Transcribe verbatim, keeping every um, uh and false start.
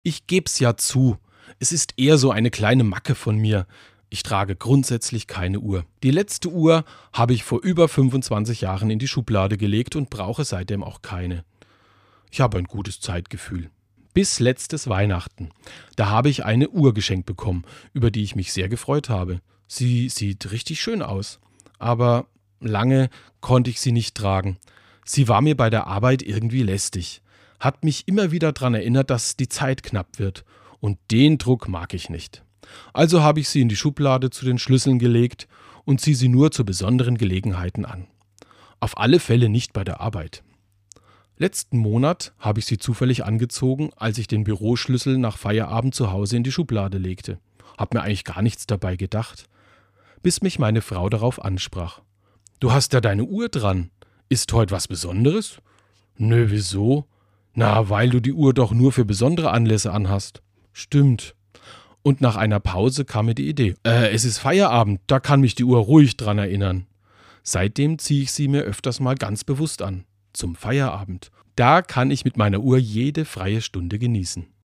Ich geb's ja zu. Es ist eher so eine kleine Macke von mir. Ich trage grundsätzlich keine Uhr. Die letzte Uhr habe ich vor über fünfundzwanzig Jahren in die Schublade gelegt und brauche seitdem auch keine. Ich habe ein gutes Zeitgefühl. Bis letztes Weihnachten. Da habe ich eine Uhr geschenkt bekommen, über die ich mich sehr gefreut habe. Sie sieht richtig schön aus. Aber lange konnte ich sie nicht tragen. Sie war mir bei der Arbeit irgendwie lästig. Hat mich immer wieder daran erinnert, dass die Zeit knapp wird. Und den Druck mag ich nicht. Also habe ich sie in die Schublade zu den Schlüsseln gelegt und ziehe sie nur zu besonderen Gelegenheiten an. Auf alle Fälle nicht bei der Arbeit. Letzten Monat habe ich sie zufällig angezogen, als ich den Büroschlüssel nach Feierabend zu Hause in die Schublade legte. Hab mir eigentlich gar nichts dabei gedacht, bis mich meine Frau darauf ansprach. »Du hast da deine Uhr dran. Ist heute was Besonderes?« »Nö, wieso?« »Na, weil du die Uhr doch nur für besondere Anlässe anhast.« »Stimmt.« Und nach einer Pause kam mir die Idee. Äh, es ist Feierabend, da kann mich die Uhr ruhig dran erinnern. Seitdem ziehe ich sie mir öfters mal ganz bewusst an. Zum Feierabend. Da kann ich mit meiner Uhr jede freie Stunde genießen.